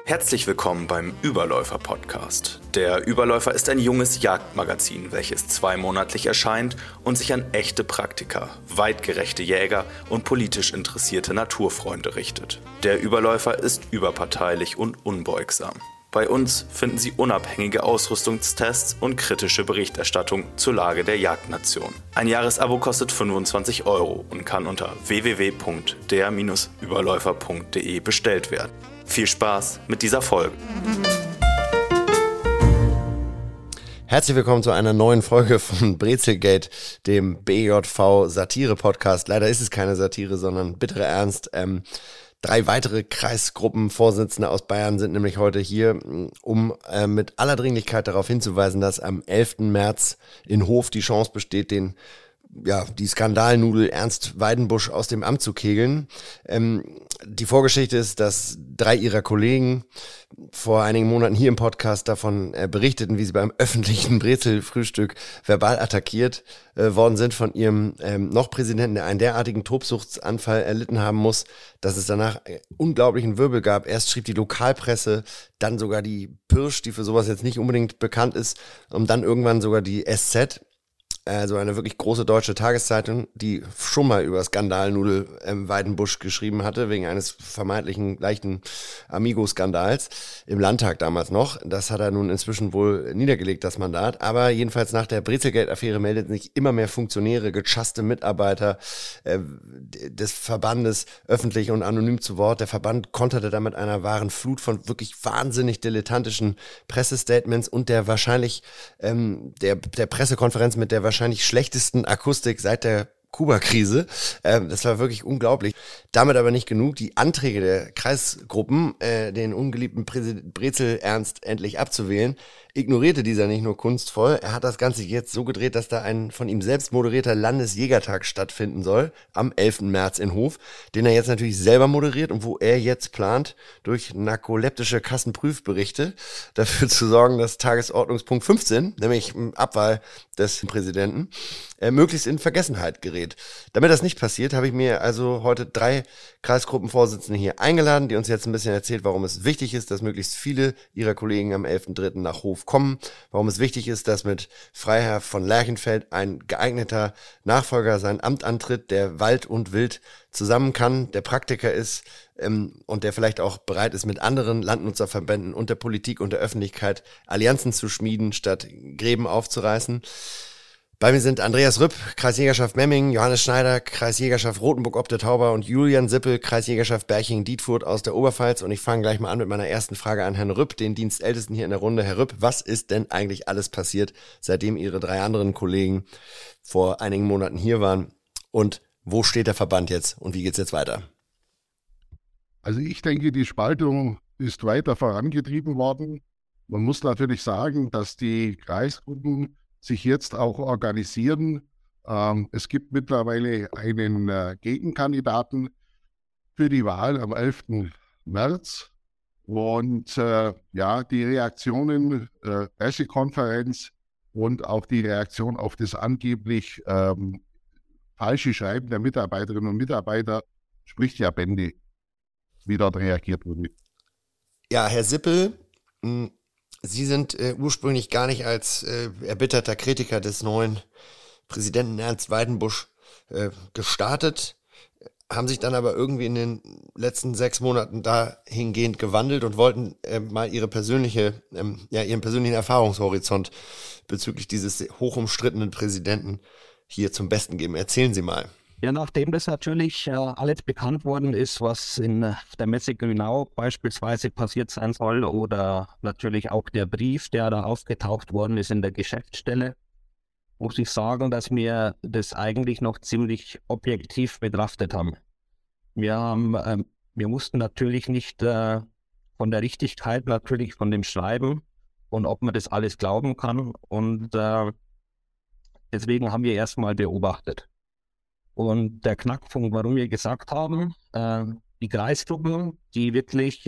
Herzlich willkommen beim Überläufer-Podcast. Der Überläufer ist ein junges Jagdmagazin, welches zweimonatlich erscheint und sich an echte Praktiker, weitgerechte Jäger und politisch interessierte Naturfreunde richtet. Der Überläufer ist überparteilich und unbeugsam. Bei uns finden Sie unabhängige Ausrüstungstests und kritische Berichterstattung zur Lage der Jagdnation. Ein Jahresabo kostet 25 € und kann unter www.der-überläufer.de bestellt werden. Viel Spaß mit dieser Folge. Herzlich willkommen zu einer neuen Folge von Brezelgate, dem BJV-Satire-Podcast. Leider ist es keine Satire, sondern bitterer Ernst. 3 weitere Kreisgruppenvorsitzende aus Bayern sind nämlich heute hier, um mit aller Dringlichkeit darauf hinzuweisen, dass am 11. März in Hof die Chance besteht, die Skandalnudel Ernst Weidenbusch aus dem Amt zu kegeln. Die Vorgeschichte ist, dass 3 ihrer Kollegen vor einigen Monaten hier im Podcast davon berichteten, wie sie beim öffentlichen Brezelfrühstück verbal attackiert worden sind von ihrem noch Präsidenten, der einen derartigen Tobsuchtsanfall erlitten haben muss, dass es danach unglaublichen Wirbel gab. Erst schrieb die Lokalpresse, dann sogar die Pirsch, die für sowas jetzt nicht unbedingt bekannt ist, und dann irgendwann sogar die SZ. Also eine wirklich große deutsche Tageszeitung, die schon mal über Skandalnudel Weidenbusch geschrieben hatte, wegen eines vermeintlichen leichten Amigo-Skandals im Landtag damals noch. Das hat er nun inzwischen wohl niedergelegt, das Mandat. Aber jedenfalls nach der Brezelgate-Affäre meldeten sich immer mehr Funktionäre, gechasste Mitarbeiter des Verbandes öffentlich und anonym zu Wort. Der Verband konterte damit einer wahren Flut von wirklich wahnsinnig dilettantischen Pressestatements und der wahrscheinlich der Pressekonferenz mit der wahrscheinlich schlechtesten Akustik seit der Kuba-Krise. Das war wirklich unglaublich. Damit aber nicht genug. Die Anträge der Kreisgruppen, den ungeliebten Brezel Ernst endlich abzuwählen, ignorierte dieser nicht nur kunstvoll, er hat das Ganze jetzt so gedreht, dass da ein von ihm selbst moderierter Landesjägertag stattfinden soll, am 11. März in Hof, den er jetzt natürlich selber moderiert und wo er jetzt plant, durch narkoleptische Kassenprüfberichte dafür zu sorgen, dass Tagesordnungspunkt 15, nämlich Abwahl des Präsidenten, möglichst in Vergessenheit gerät. Damit das nicht passiert, habe ich mir also heute 3 Kreisgruppenvorsitzende hier eingeladen, die uns jetzt ein bisschen erzählt, warum es wichtig ist, dass möglichst viele ihrer Kollegen am 11.3. nach Hof kommen, warum es wichtig ist, dass mit Freiherr von Lerchenfeld ein geeigneter Nachfolger sein Amt antritt, der Wald und Wild zusammen kann, der Praktiker ist und der vielleicht auch bereit ist, mit anderen Landnutzerverbänden und der Politik und der Öffentlichkeit Allianzen zu schmieden, statt Gräben aufzureißen. Bei mir sind Andreas Rüpp, Kreisjägerschaft Memmingen, Johannes Schneider, Kreisjägerschaft Rothenburg ob der Tauber und Julian Sippel, Kreisjägerschaft Berchingen-Dietfurt aus der Oberpfalz. Und ich fange gleich mal an mit meiner ersten Frage an Herrn Rüpp, den Dienstältesten hier in der Runde. Herr Rüpp, was ist denn eigentlich alles passiert, seitdem Ihre 3 anderen Kollegen vor einigen Monaten hier waren? Und wo steht der Verband jetzt und wie geht's jetzt weiter? Also ich denke, die Spaltung ist weiter vorangetrieben worden. Man muss natürlich sagen, dass die Kreisgruppen sich jetzt auch organisieren. Es gibt mittlerweile einen Gegenkandidaten für die Wahl am 11. März. Und die Reaktionen, Pressekonferenz und auch die Reaktion auf das angeblich falsche Schreiben der Mitarbeiterinnen und Mitarbeiter spricht ja Bände, wie dort reagiert wurde. Ja, Herr Sippel, Sie sind ursprünglich gar nicht als erbitterter Kritiker des neuen Präsidenten Ernst Weidenbusch gestartet, haben sich dann aber irgendwie in den letzten 6 Monaten dahingehend gewandelt und wollten mal Ihren persönlichen Erfahrungshorizont bezüglich dieses hochumstrittenen Präsidenten hier zum Besten geben. Erzählen Sie mal. Ja, nachdem das natürlich alles bekannt worden ist, was in der Messe Grünau beispielsweise passiert sein soll oder natürlich auch der Brief, der da aufgetaucht worden ist in der Geschäftsstelle, muss ich sagen, dass wir das eigentlich noch ziemlich objektiv betrachtet haben. Wir mussten natürlich nicht von der Richtigkeit, natürlich von dem Schreiben und ob man das alles glauben kann und deswegen haben wir erstmal beobachtet. Und der Knackpunkt, warum wir gesagt haben, die Kreisgruppen, die wirklich,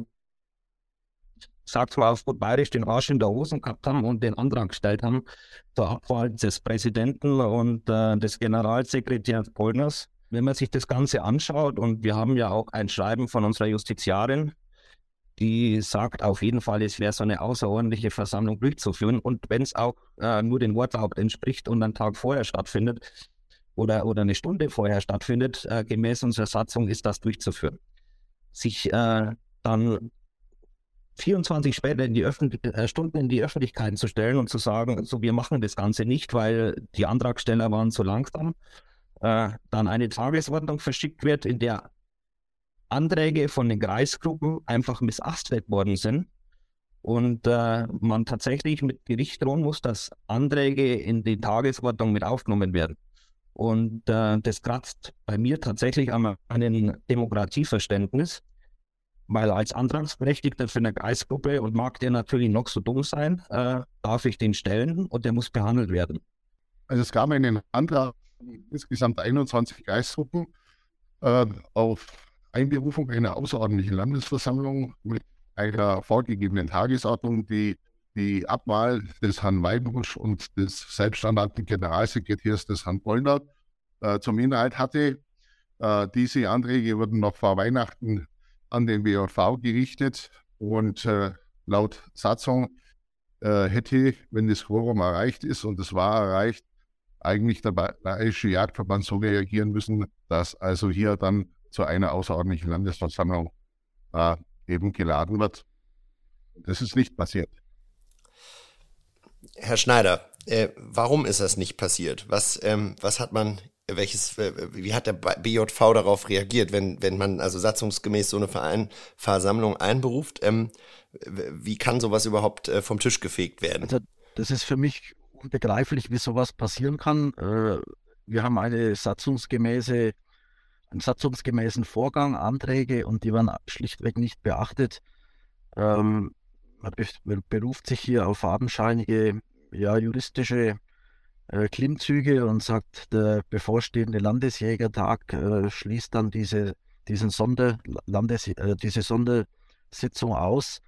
sag's mal auf gut bayerisch, den Arsch in der Hosen gehabt haben und den Antrag gestellt haben zur Abwahl des Präsidenten und des Generalsekretärs Pollners. Wenn man sich das Ganze anschaut, und wir haben ja auch ein Schreiben von unserer Justiziarin, die sagt auf jeden Fall, es wäre so eine außerordentliche Versammlung durchzuführen. Und wenn es auch nur den Wortlaut entspricht und einen Tag vorher stattfindet oder eine Stunde vorher stattfindet, gemäß unserer Satzung ist das durchzuführen. Sich dann 24 später Stunden in die Öffentlichkeit zu stellen und zu sagen, so wir machen das Ganze nicht, weil die Antragsteller waren zu langsam, dann eine Tagesordnung verschickt wird, in der Anträge von den Kreisgruppen einfach missachtet worden sind und man tatsächlich mit Gericht drohen muss, dass Anträge in die Tagesordnung mit aufgenommen werden. Und das kratzt bei mir tatsächlich an einem Demokratieverständnis, weil als Antragsberechtigter für eine Kreisgruppe, und mag der natürlich noch so dumm sein, darf ich den stellen und der muss behandelt werden. Also es gab einen Antrag, insgesamt 21 Kreisgruppen, auf Einberufung einer außerordentlichen Landesversammlung mit einer vorgegebenen Tagesordnung, die die Abwahl des Herrn Weidenbusch und des selbsternannten Generalsekretärs des Herrn Bollner zum Inhalt hatte. Diese Anträge wurden noch vor Weihnachten an den BJV gerichtet und laut Satzung hätte, wenn das Quorum erreicht ist, und es war erreicht, eigentlich der Bayerische Jagdverband so reagieren müssen, dass also hier dann zu einer außerordentlichen Landesversammlung eben geladen wird. Das ist nicht passiert. Herr Schneider, warum ist das nicht passiert? Was hat man, wie hat der BJV darauf reagiert, wenn man also satzungsgemäß so eine Versammlung einberuft? Wie kann sowas überhaupt vom Tisch gefegt werden? Also das ist für mich unbegreiflich, wie sowas passieren kann. Wir haben einen satzungsgemäßen Vorgang, Anträge, und die werden schlichtweg nicht beachtet. Man beruft sich hier auf fadenscheinige, juristische Klimmzüge und sagt, der bevorstehende Landesjägertag schließt dann diese Sondersitzung aus.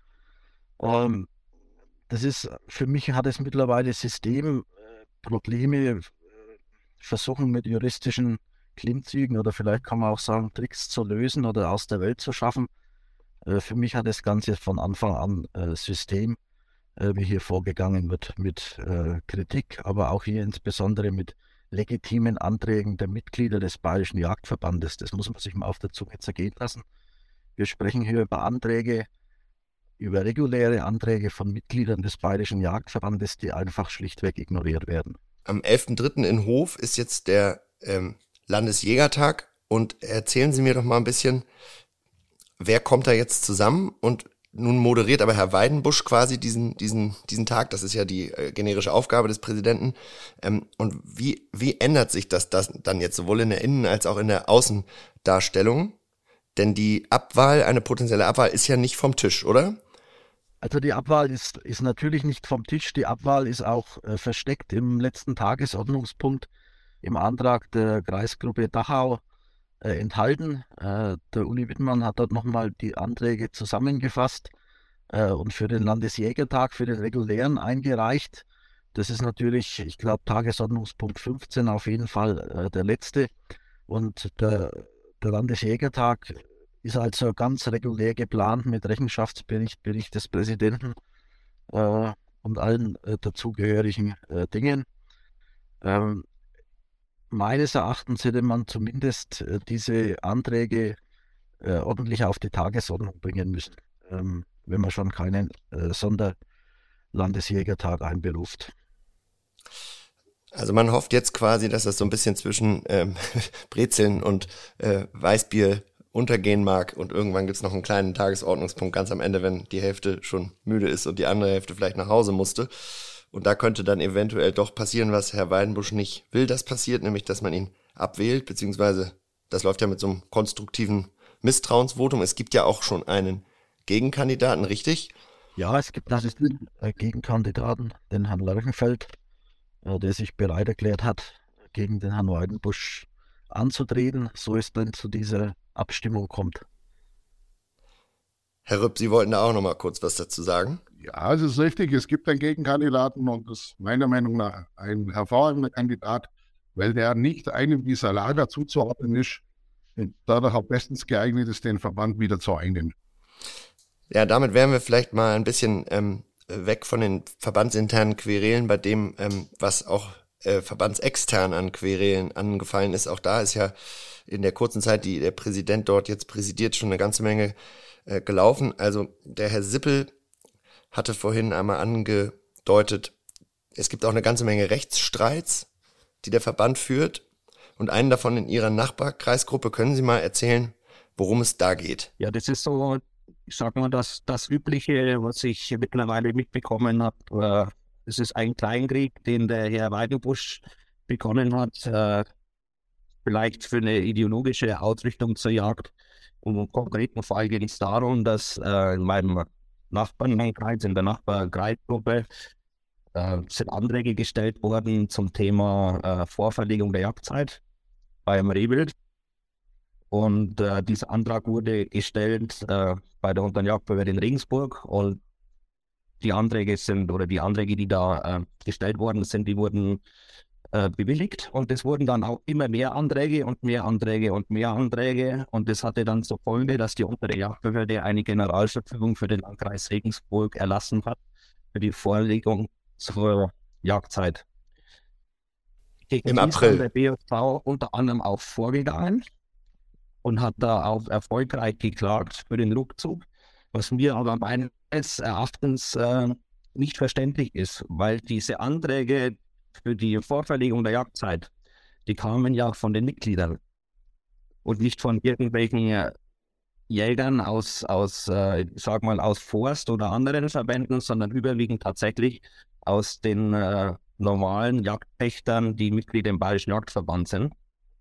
Das ist, für mich hat es mittlerweile Systemprobleme, versuchen mit juristischen Klimmzügen oder vielleicht kann man auch sagen, Tricks zu lösen oder aus der Welt zu schaffen. Für mich hat das Ganze von Anfang an System, wie hier vorgegangen wird mit Kritik, aber auch hier insbesondere mit legitimen Anträgen der Mitglieder des Bayerischen Jagdverbandes. Das muss man sich mal auf der Zunge zergehen lassen. Wir sprechen hier über reguläre Anträge von Mitgliedern des Bayerischen Jagdverbandes, die einfach schlichtweg ignoriert werden. Am 11.3. in Hof ist jetzt der Landesjägertag, und erzählen Sie mir doch mal ein bisschen, wer kommt da jetzt zusammen? Und nun moderiert aber Herr Weidenbusch quasi diesen Tag. Das ist ja die generische Aufgabe des Präsidenten. Und wie ändert sich das dann jetzt sowohl in der Innen- als auch in der Außendarstellung? Denn die Abwahl, eine potenzielle Abwahl, ist ja nicht vom Tisch, oder? Also die Abwahl ist natürlich nicht vom Tisch. Die Abwahl ist auch versteckt im letzten Tagesordnungspunkt im Antrag der Kreisgruppe Dachau enthalten. Der Uli Wittmann hat dort nochmal die Anträge zusammengefasst und für den Landesjägertag, für den regulären eingereicht. Das ist natürlich, ich glaube, Tagesordnungspunkt 15 auf jeden Fall der letzte. Und der Landesjägertag ist also ganz regulär geplant mit Bericht des Präsidenten und allen dazugehörigen Dingen. Meines Erachtens hätte man zumindest diese Anträge ordentlich auf die Tagesordnung bringen müssen, wenn man schon keinen Sonderlandesjägertag einberuft. Also man hofft jetzt quasi, dass das so ein bisschen zwischen Brezeln und Weißbier untergehen mag, und irgendwann gibt es noch einen kleinen Tagesordnungspunkt ganz am Ende, wenn die Hälfte schon müde ist und die andere Hälfte vielleicht nach Hause musste. Und da könnte dann eventuell doch passieren, was Herr Weidenbusch nicht will, dass passiert, nämlich dass man ihn abwählt, beziehungsweise das läuft ja mit so einem konstruktiven Misstrauensvotum. Es gibt ja auch schon einen Gegenkandidaten, richtig? Ja, es gibt einen Gegenkandidaten, den Herrn Lerchenfeld, der sich bereit erklärt hat, gegen den Herrn Weidenbusch anzutreten, so es dann zu dieser Abstimmung kommt. Herr Rüpp, Sie wollten da auch noch mal kurz was dazu sagen? Ja, es ist richtig, es gibt einen Gegenkandidaten und das ist meiner Meinung nach ein hervorragender Kandidat, weil der nicht einem dieser Lager zuzuordnen ist und dadurch auch bestens geeignet ist, den Verband wieder zu einen. Ja, damit wären wir vielleicht mal ein bisschen weg von den verbandsinternen Querelen, bei dem, was auch verbandsextern an Querelen angefallen ist. Auch da ist ja in der kurzen Zeit, die der Präsident dort jetzt präsidiert, schon eine ganze Menge gelaufen. Also der Herr Sippel hatte vorhin einmal angedeutet, es gibt auch eine ganze Menge Rechtsstreits, die der Verband führt. Und einen davon in Ihrer Nachbarkreisgruppe. Können Sie mal erzählen, worum es da geht? Ja, das ist so, ich sag mal, das Übliche, was ich mittlerweile mitbekommen habe. Es ist ein Kleinkrieg, den der Herr Weidenbusch begonnen hat, vielleicht für eine ideologische Ausrichtung zur Jagd. Und im konkreten Fall geht es darum, dass in meinem Nachbarkreis, in der Nachbarkreisgruppe, sind Anträge gestellt worden zum Thema Vorverlegung der Jagdzeit beim Rehwild. Und dieser Antrag wurde gestellt bei der Unteren Jagdbehörde in Regensburg. Und die Anträge, die da gestellt worden sind, die wurden bewilligt. Und es wurden dann auch immer mehr Anträge und mehr Anträge und mehr Anträge. Und das hatte dann zur Folge, dass die Untere Jagdbehörde eine Generalverfügung für den Landkreis Regensburg erlassen hat für die Vorlegung zur Jagdzeit. Gegen im April. Der BJV unter anderem auch vorgegangen und hat da auch erfolgreich geklagt für den Rückzug, was mir aber meines Erachtens nicht verständlich ist, weil diese Anträge für die Vorverlegung der Jagdzeit, die kamen ja von den Mitgliedern und nicht von irgendwelchen Jägern aus Forst oder anderen Verbänden, sondern überwiegend tatsächlich aus den normalen Jagdpächtern, die Mitglieder im Bayerischen Jagdverband sind.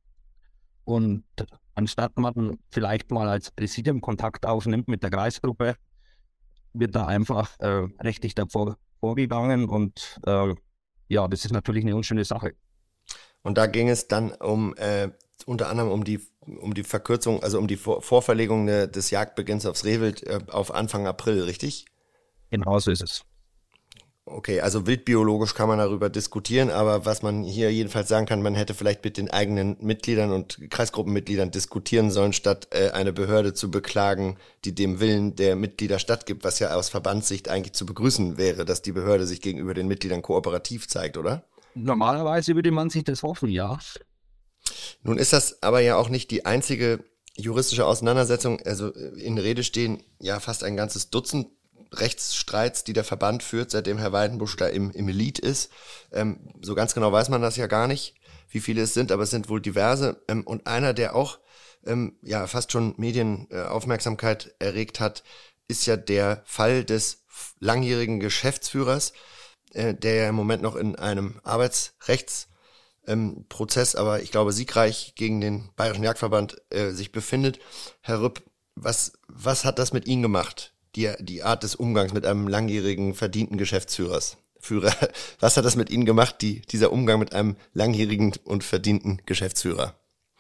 Und anstatt man vielleicht mal als Präsidium Kontakt aufnimmt mit der Kreisgruppe, wird da einfach rechtlich davor vorgegangen und das ist natürlich eine unschöne Sache. Und da ging es dann unter anderem um die Verkürzung, also um die Vorverlegung des Jagdbeginns aufs Rehwild auf Anfang April, richtig? Genau so ist es. Okay, also wildbiologisch kann man darüber diskutieren, aber was man hier jedenfalls sagen kann, man hätte vielleicht mit den eigenen Mitgliedern und Kreisgruppenmitgliedern diskutieren sollen, statt eine Behörde zu beklagen, die dem Willen der Mitglieder stattgibt, was ja aus Verbandssicht eigentlich zu begrüßen wäre, dass die Behörde sich gegenüber den Mitgliedern kooperativ zeigt, oder? Normalerweise würde man sich das hoffen, ja. Nun ist das aber ja auch nicht die einzige juristische Auseinandersetzung. Also in Rede stehen ja fast ein ganzes Dutzend Rechtsstreits, die der Verband führt, seitdem Herr Weidenbusch da im Lied ist. So ganz genau weiß man das ja gar nicht, wie viele es sind, aber es sind wohl diverse. Und einer, der auch fast schon Medienaufmerksamkeit erregt hat, ist ja der Fall des langjährigen Geschäftsführers, der ja im Moment noch in einem Arbeitsrechtsprozess, aber ich glaube siegreich gegen den Bayerischen Jagdverband sich befindet. Herr Rüpp, was hat das mit Ihnen gemacht? Die Art des Umgangs mit einem langjährigen, verdienten Geschäftsführer. Was hat das mit Ihnen gemacht, dieser Umgang mit einem langjährigen und verdienten Geschäftsführer?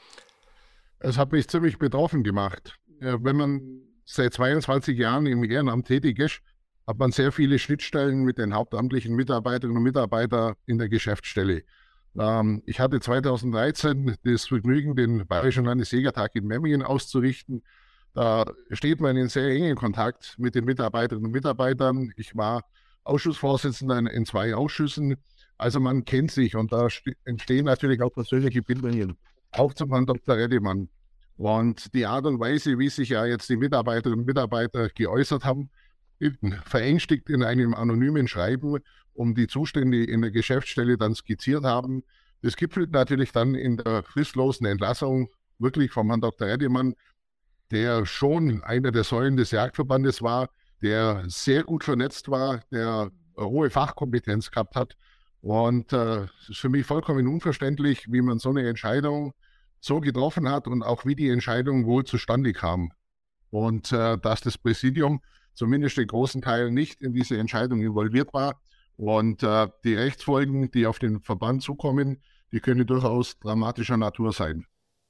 Es hat mich ziemlich betroffen gemacht. Wenn man seit 22 Jahren im Ehrenamt tätig ist, hat man sehr viele Schnittstellen mit den hauptamtlichen Mitarbeiterinnen und Mitarbeitern in der Geschäftsstelle. Ich hatte 2013 das Vergnügen, den Bayerischen Landesjägertag in Memmingen auszurichten. Da steht man in sehr engen Kontakt mit den Mitarbeiterinnen und Mitarbeitern. Ich war Ausschussvorsitzender in 2 Ausschüssen. Also man kennt sich und da entstehen natürlich auch persönliche Bindungen. Auch zum Herrn Dr. Reddemann. Und die Art und Weise, wie sich ja jetzt die Mitarbeiterinnen und Mitarbeiter geäußert haben, verängstigt in einem anonymen Schreiben, um die Zustände in der Geschäftsstelle dann skizziert haben. Das gipfelt natürlich dann in der fristlosen Entlassung wirklich vom Herrn Dr. Reddemann, der schon einer der Säulen des Jagdverbandes war, der sehr gut vernetzt war, der hohe Fachkompetenz gehabt hat. Und es ist für mich vollkommen unverständlich, wie man so eine Entscheidung so getroffen hat und auch wie die Entscheidung wohl zustande kam. Und dass das Präsidium zumindest in großen Teilen nicht in diese Entscheidung involviert war. Und die Rechtsfolgen, die auf den Verband zukommen, die können durchaus dramatischer Natur sein.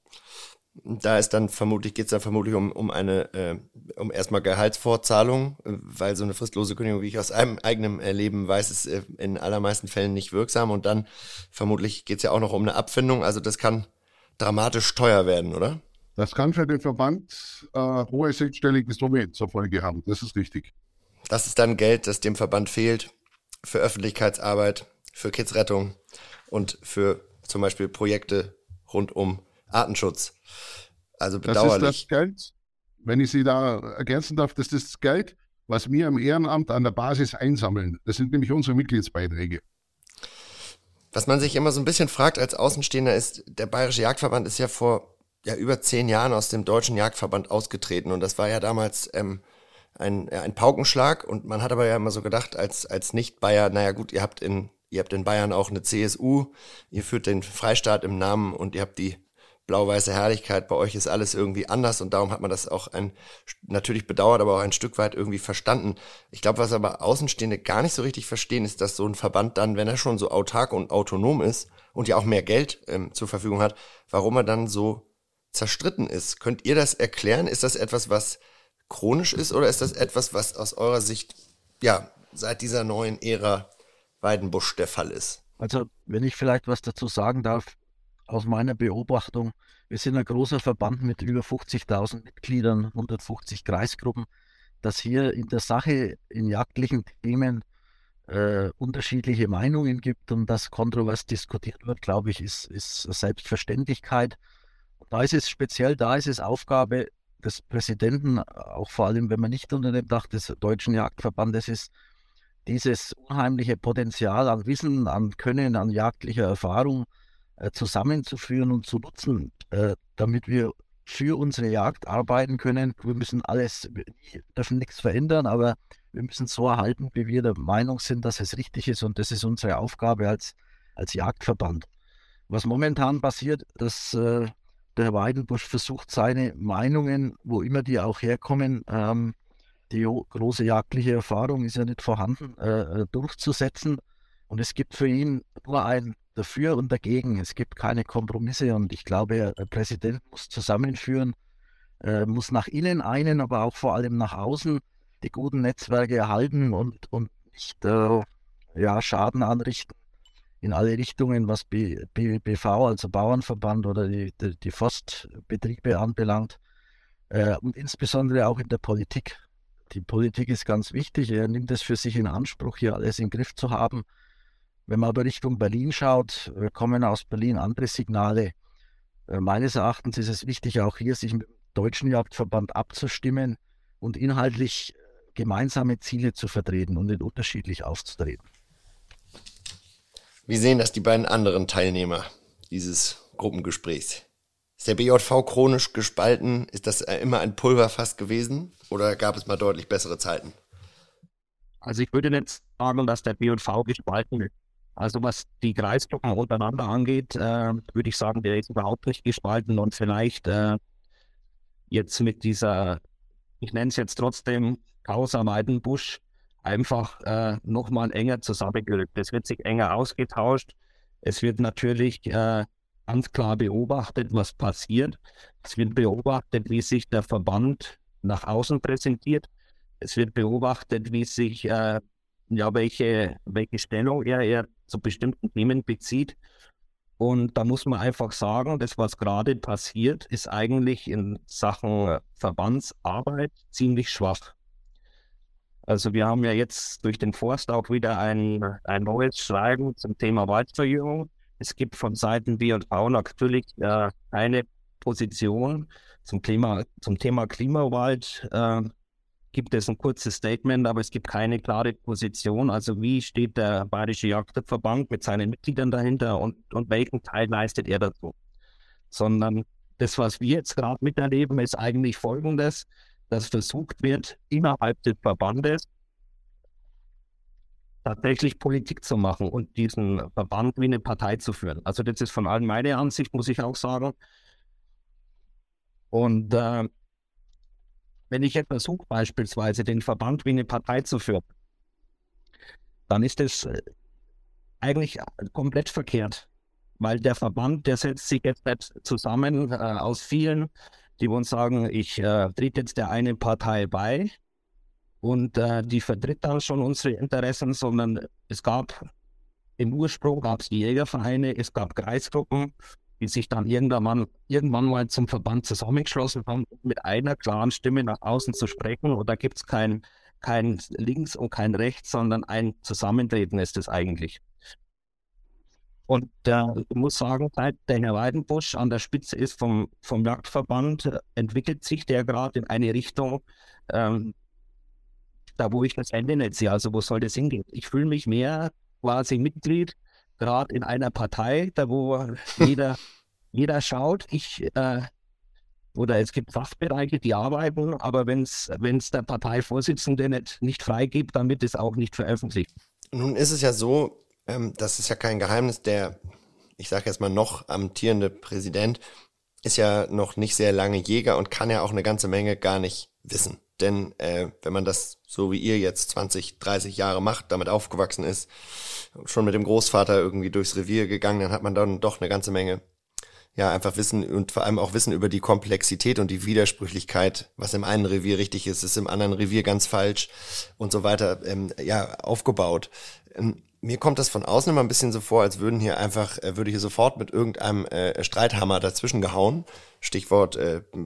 Da ist dann geht's dann vermutlich um erstmal Gehaltsfortzahlung, weil so eine fristlose Kündigung, wie ich aus eigenem Erleben weiß, ist in allermeisten Fällen nicht wirksam. Und dann vermutlich geht's ja auch noch um eine Abfindung. Also das kann dramatisch teuer werden, oder? Das kann für den Verband hohe sechsstellige Summe zur Folge haben. Das ist richtig. Das ist dann Geld, das dem Verband fehlt für Öffentlichkeitsarbeit, für Kidsrettung und für zum Beispiel Projekte rund um Artenschutz. Also bedauerlich. Das ist das Geld, wenn ich Sie da ergänzen darf, das ist das Geld, was wir im Ehrenamt an der Basis einsammeln. Das sind nämlich unsere Mitgliedsbeiträge. Was man sich immer so ein bisschen fragt als Außenstehender ist, der Bayerische Jagdverband ist ja vor über 10 Jahren aus dem Deutschen Jagdverband ausgetreten und das war ja damals ein Paukenschlag und man hat aber ja immer so gedacht, als Nicht-Bayer, naja gut, ihr habt in Bayern auch eine CSU, ihr führt den Freistaat im Namen und ihr habt die blau-weiße Herrlichkeit, bei euch ist alles irgendwie anders und darum hat man das auch natürlich bedauert, aber auch ein Stück weit irgendwie verstanden. Ich glaube, was aber Außenstehende gar nicht so richtig verstehen, ist, dass so ein Verband dann, wenn er schon so autark und autonom ist und ja auch mehr Geld zur Verfügung hat, warum er dann so zerstritten ist. Könnt ihr das erklären? Ist das etwas, was chronisch ist oder ist das etwas, was aus eurer Sicht ja seit dieser neuen Ära Weidenbusch der Fall ist? Also, wenn ich vielleicht was dazu sagen darf, aus meiner Beobachtung, wir sind ein großer Verband mit über 50.000 Mitgliedern, 150 Kreisgruppen, dass hier in der Sache in jagdlichen Themen unterschiedliche Meinungen gibt und dass kontrovers diskutiert wird, glaube ich, ist Selbstverständlichkeit. Und da ist es Aufgabe des Präsidenten, auch vor allem, wenn man nicht unter dem Dach des Deutschen Jagdverbandes ist, dieses unheimliche Potenzial an Wissen, an Können, an jagdlicher Erfahrung zusammenzuführen und zu nutzen, damit wir für unsere Jagd arbeiten können. Wir dürfen nichts verändern, aber wir müssen so erhalten, wie wir der Meinung sind, dass es richtig ist und das ist unsere Aufgabe als Jagdverband. Was momentan passiert, dass der Herr Weidenbusch versucht, seine Meinungen, wo immer die auch herkommen, die große jagdliche Erfahrung ist ja nicht vorhanden, durchzusetzen. Und es gibt für ihn nur ein Dafür und Dagegen. Es gibt keine Kompromisse. Und ich glaube, der Präsident muss zusammenführen, muss nach innen einen, aber auch vor allem nach außen die guten Netzwerke erhalten und nicht Schaden anrichten in alle Richtungen, was BBV, also Bauernverband oder die Forstbetriebe anbelangt. Und insbesondere auch in der Politik. Die Politik ist ganz wichtig. Er nimmt es für sich in Anspruch, hier alles im Griff zu haben. Wenn man aber Richtung Berlin schaut, kommen aus Berlin andere Signale. Meines Erachtens ist es wichtig, auch hier sich mit dem Deutschen Jagdverband abzustimmen und inhaltlich gemeinsame Ziele zu vertreten und nicht unterschiedlich aufzutreten. Wie sehen das die beiden anderen Teilnehmer dieses Gruppengesprächs? Ist der BJV chronisch gespalten? Ist das immer ein Pulverfass gewesen oder gab es mal deutlich bessere Zeiten? Also ich würde nicht sagen, dass der BJV gespalten ist. Also was die Kreisgruppen untereinander angeht, würde ich sagen, der ist überhaupt nicht gespalten und vielleicht jetzt mit dieser, ich nenne es jetzt trotzdem Causa Weidenbusch, einfach nochmal enger zusammengerückt. Es wird sich enger ausgetauscht. Es wird natürlich ganz klar beobachtet, was passiert. Es wird beobachtet, wie sich der Verband nach außen präsentiert. Es wird beobachtet, wie sich welche Stellung er zu bestimmten Themen bezieht. Und da muss man einfach sagen, das, was gerade passiert, ist eigentlich in Sachen Verbandsarbeit ziemlich schwach. Also wir haben ja jetzt durch den Forst auch wieder ein neues Schreiben zum Thema Waldverjüngung. Es gibt von Seiten BJV natürlich eine Position zum Thema Klimawald. Gibt es ein kurzes Statement, aber es gibt keine klare Position. Also wie steht der Bayerische Jagdverband mit seinen Mitgliedern dahinter und welchen Teil leistet er dazu? Sondern das, was wir jetzt gerade miterleben, ist eigentlich Folgendes, dass versucht wird, innerhalb des Verbandes tatsächlich Politik zu machen und diesen Verband wie eine Partei zu führen. Also das ist von allen meine Ansicht, muss ich auch sagen. Und wenn ich jetzt versuche, beispielsweise den Verband wie eine Partei zu führen, dann ist das eigentlich komplett verkehrt. Weil der Verband, der setzt sich jetzt nicht zusammen aus vielen, die uns sagen, ich trete jetzt der einen Partei bei und die vertritt dann schon unsere Interessen, sondern im Ursprung gab es die Jägervereine, es gab Kreisgruppen die sich dann irgendwann mal zum Verband zusammengeschlossen haben, um mit einer klaren Stimme nach außen zu sprechen. Und da gibt es kein Links und kein Rechts, sondern ein Zusammentreten ist es eigentlich. Und ich muss sagen, seit der Herr Weidenbusch an der Spitze ist vom Jagdverband, entwickelt sich der gerade in eine Richtung, da wo ich das Ende nicht sehe. Also wo soll das hingehen? Ich fühle mich mehr quasi Mitglied, gerade in einer Partei, da wo jeder schaut. Oder es gibt Fachbereiche, die arbeiten, aber wenn es der Parteivorsitzende nicht freigibt, dann wird es auch nicht veröffentlicht. Nun ist es ja so, das ist ja kein Geheimnis, der, ich sage jetzt mal noch amtierende Präsident ist ja noch nicht sehr lange Jäger und kann ja auch eine ganze Menge gar nicht wissen. Denn wenn man das so wie ihr jetzt 20, 30 Jahre macht, damit aufgewachsen ist, schon mit dem Großvater irgendwie durchs Revier gegangen, dann hat man dann doch eine ganze Menge, ja, einfach Wissen und vor allem auch Wissen über die Komplexität und die Widersprüchlichkeit, was im einen Revier richtig ist im anderen Revier ganz falsch und so weiter, aufgebaut. Mir kommt das von außen immer ein bisschen so vor, als würde hier sofort mit irgendeinem Streithammer dazwischen gehauen. Stichwort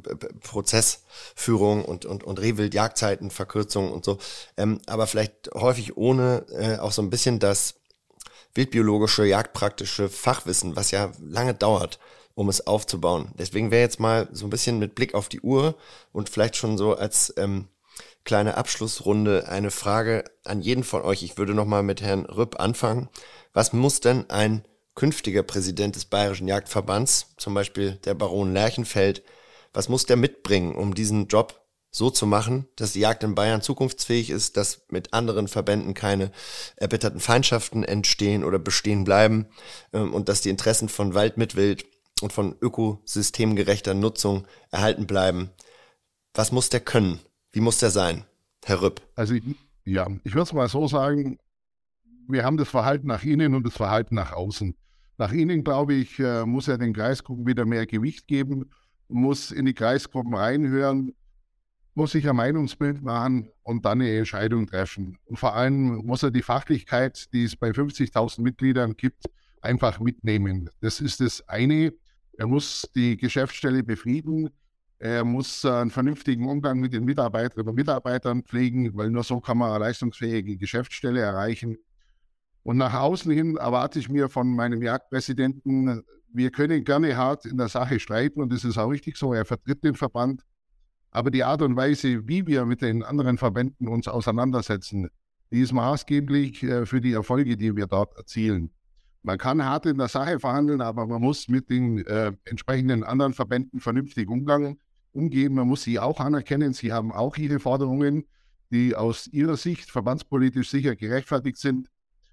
Prozessführung und Rehwild, Jagdzeiten, Verkürzung und so. Aber vielleicht häufig ohne auch so ein bisschen das wildbiologische, jagdpraktische Fachwissen, was ja lange dauert, um es aufzubauen. Deswegen wäre jetzt mal so ein bisschen mit Blick auf die Uhr und vielleicht schon so als kleine Abschlussrunde eine Frage an jeden von euch. Ich würde nochmal mit Herrn Rüpp anfangen. Was muss denn ein künftiger Präsident des Bayerischen Jagdverbands, zum Beispiel der Baron Lerchenfeld, was muss der mitbringen, um diesen Job so zu machen, dass die Jagd in Bayern zukunftsfähig ist, dass mit anderen Verbänden keine erbitterten Feindschaften entstehen oder bestehen bleiben und dass die Interessen von Wald mit Wild und von ökosystemgerechter Nutzung erhalten bleiben? Was muss der können? Wie muss der sein, Herr Rüpp? Also ich würde es mal so sagen, wir haben das Verhalten nach innen und das Verhalten nach außen. Nach innen, glaube ich, muss er den Kreisgruppen wieder mehr Gewicht geben, muss in die Kreisgruppen reinhören, muss sich ein Meinungsbild machen und dann eine Entscheidung treffen. Und vor allem muss er die Fachlichkeit, die es bei 50.000 Mitgliedern gibt, einfach mitnehmen. Das ist das eine. Er muss die Geschäftsstelle befrieden. Er muss einen vernünftigen Umgang mit den Mitarbeiterinnen und Mitarbeitern pflegen, weil nur so kann man eine leistungsfähige Geschäftsstelle erreichen. Und nach außen hin erwarte ich mir von meinem Jagdpräsidenten, wir können gerne hart in der Sache streiten und das ist auch richtig so, er vertritt den Verband. Aber die Art und Weise, wie wir mit den anderen Verbänden uns auseinandersetzen, die ist maßgeblich für die Erfolge, die wir dort erzielen. Man kann hart in der Sache verhandeln, aber man muss mit den entsprechenden anderen Verbänden vernünftig umgehen. Man muss sie auch anerkennen. Sie haben auch ihre Forderungen, die aus ihrer Sicht verbandspolitisch sicher gerechtfertigt sind.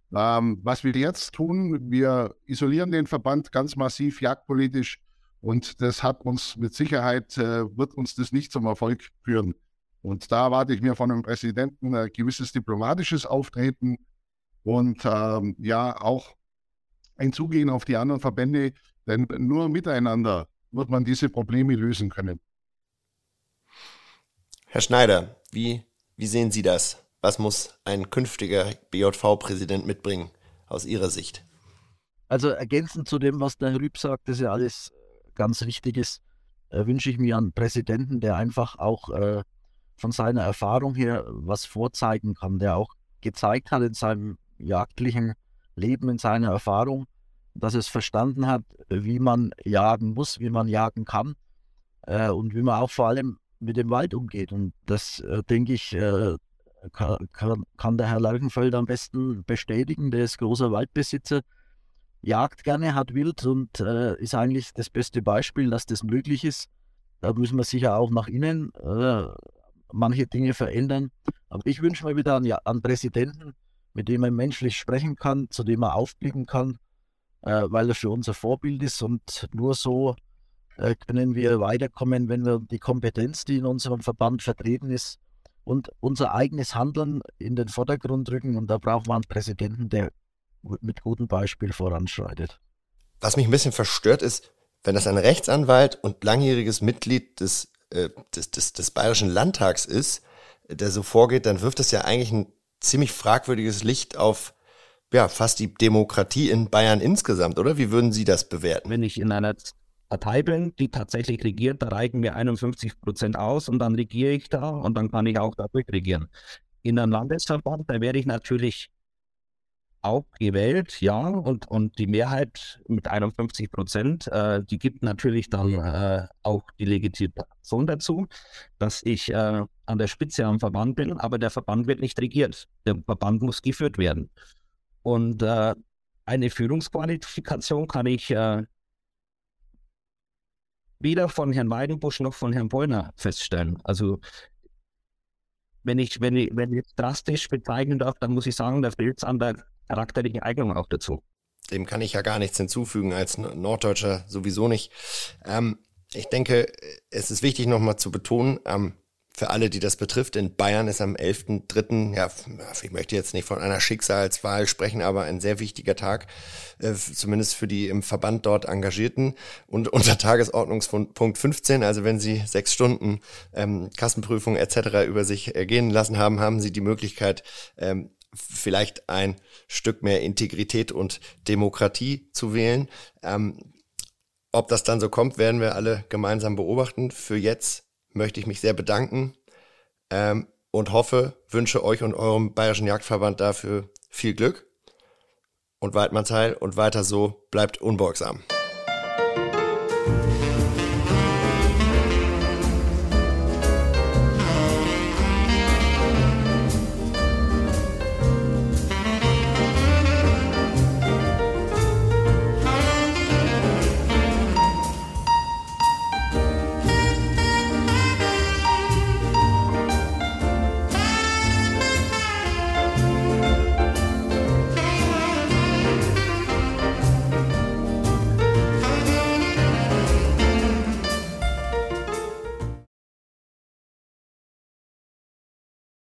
Was wir jetzt tun, wir isolieren den Verband ganz massiv jagdpolitisch und das hat uns mit Sicherheit, wird uns das nicht zum Erfolg führen. Und da erwarte ich mir von einem Präsidenten ein gewisses diplomatisches Auftreten und auch ein Zugehen auf die anderen Verbände, denn nur miteinander wird man diese Probleme lösen können. Herr Schneider, wie sehen Sie das? Was muss ein künftiger BJV-Präsident mitbringen aus Ihrer Sicht? Also ergänzend zu dem, was der Herr Rüpp sagt, das ja alles ganz richtig ist, wünsche ich mir einen Präsidenten, der einfach auch von seiner Erfahrung her was vorzeigen kann, der auch gezeigt hat in seinem jagdlichen Leben, in seiner Erfahrung, dass es verstanden hat, wie man jagen muss, wie man jagen kann und wie man auch vor allem mit dem Wald umgeht. Und das, denke ich, kann der Herr Lerchenfeld am besten bestätigen. Der ist großer Waldbesitzer, jagt gerne, hat Wild und ist eigentlich das beste Beispiel, dass das möglich ist. Da müssen wir sicher auch nach innen manche Dinge verändern. Aber ich wünsche mir wieder einen Präsidenten, mit dem man menschlich sprechen kann, zu dem man aufblicken kann, weil er für unser Vorbild ist. Und nur so können wir weiterkommen, wenn wir die Kompetenz, die in unserem Verband vertreten ist, und unser eigenes Handeln in den Vordergrund rücken. Und da brauchen wir einen Präsidenten, der mit gutem Beispiel voranschreitet. Was mich ein bisschen verstört ist, wenn das ein Rechtsanwalt und langjähriges Mitglied des Bayerischen Landtags ist, der so vorgeht, dann wirft das ja eigentlich ein ziemlich fragwürdiges Licht auf fast die Demokratie in Bayern insgesamt, oder? Wie würden Sie das bewerten? Wenn ich in einer Partei bin, die tatsächlich regiert, da reichen mir 51% aus und dann regiere ich da und dann kann ich auch dadurch regieren. In einem Landesverband, da werde ich natürlich auch gewählt, ja, und die Mehrheit mit 51%, die gibt natürlich dann auch die Legitimation dazu, dass ich an der Spitze am Verband bin, aber der Verband wird nicht regiert. Der Verband muss geführt werden. Und eine Führungsqualifikation kann ich weder von Herrn Weidenbusch noch von Herrn Pollner feststellen. Also wenn ich drastisch bezeichnen darf, dann muss ich sagen, da fehlt es an der charakterlichen Eignung auch dazu. Dem kann ich ja gar nichts hinzufügen, als Norddeutscher sowieso nicht. Ich denke, es ist wichtig nochmal zu betonen, für alle, die das betrifft, in Bayern ist am 11.3., ja, ich möchte jetzt nicht von einer Schicksalswahl sprechen, aber ein sehr wichtiger Tag, zumindest für die im Verband dort Engagierten. Und unter Tagesordnungspunkt 15, also wenn Sie 6 Stunden Kassenprüfung etc. über sich ergehen lassen haben, haben Sie die Möglichkeit, vielleicht ein Stück mehr Integrität und Demokratie zu wählen. Ob das dann so kommt, werden wir alle gemeinsam beobachten. Für jetzt möchte ich mich sehr bedanken und wünsche euch und eurem Bayerischen Jagdverband dafür viel Glück und Weidmannsheil und weiter so, bleibt unbeugsam.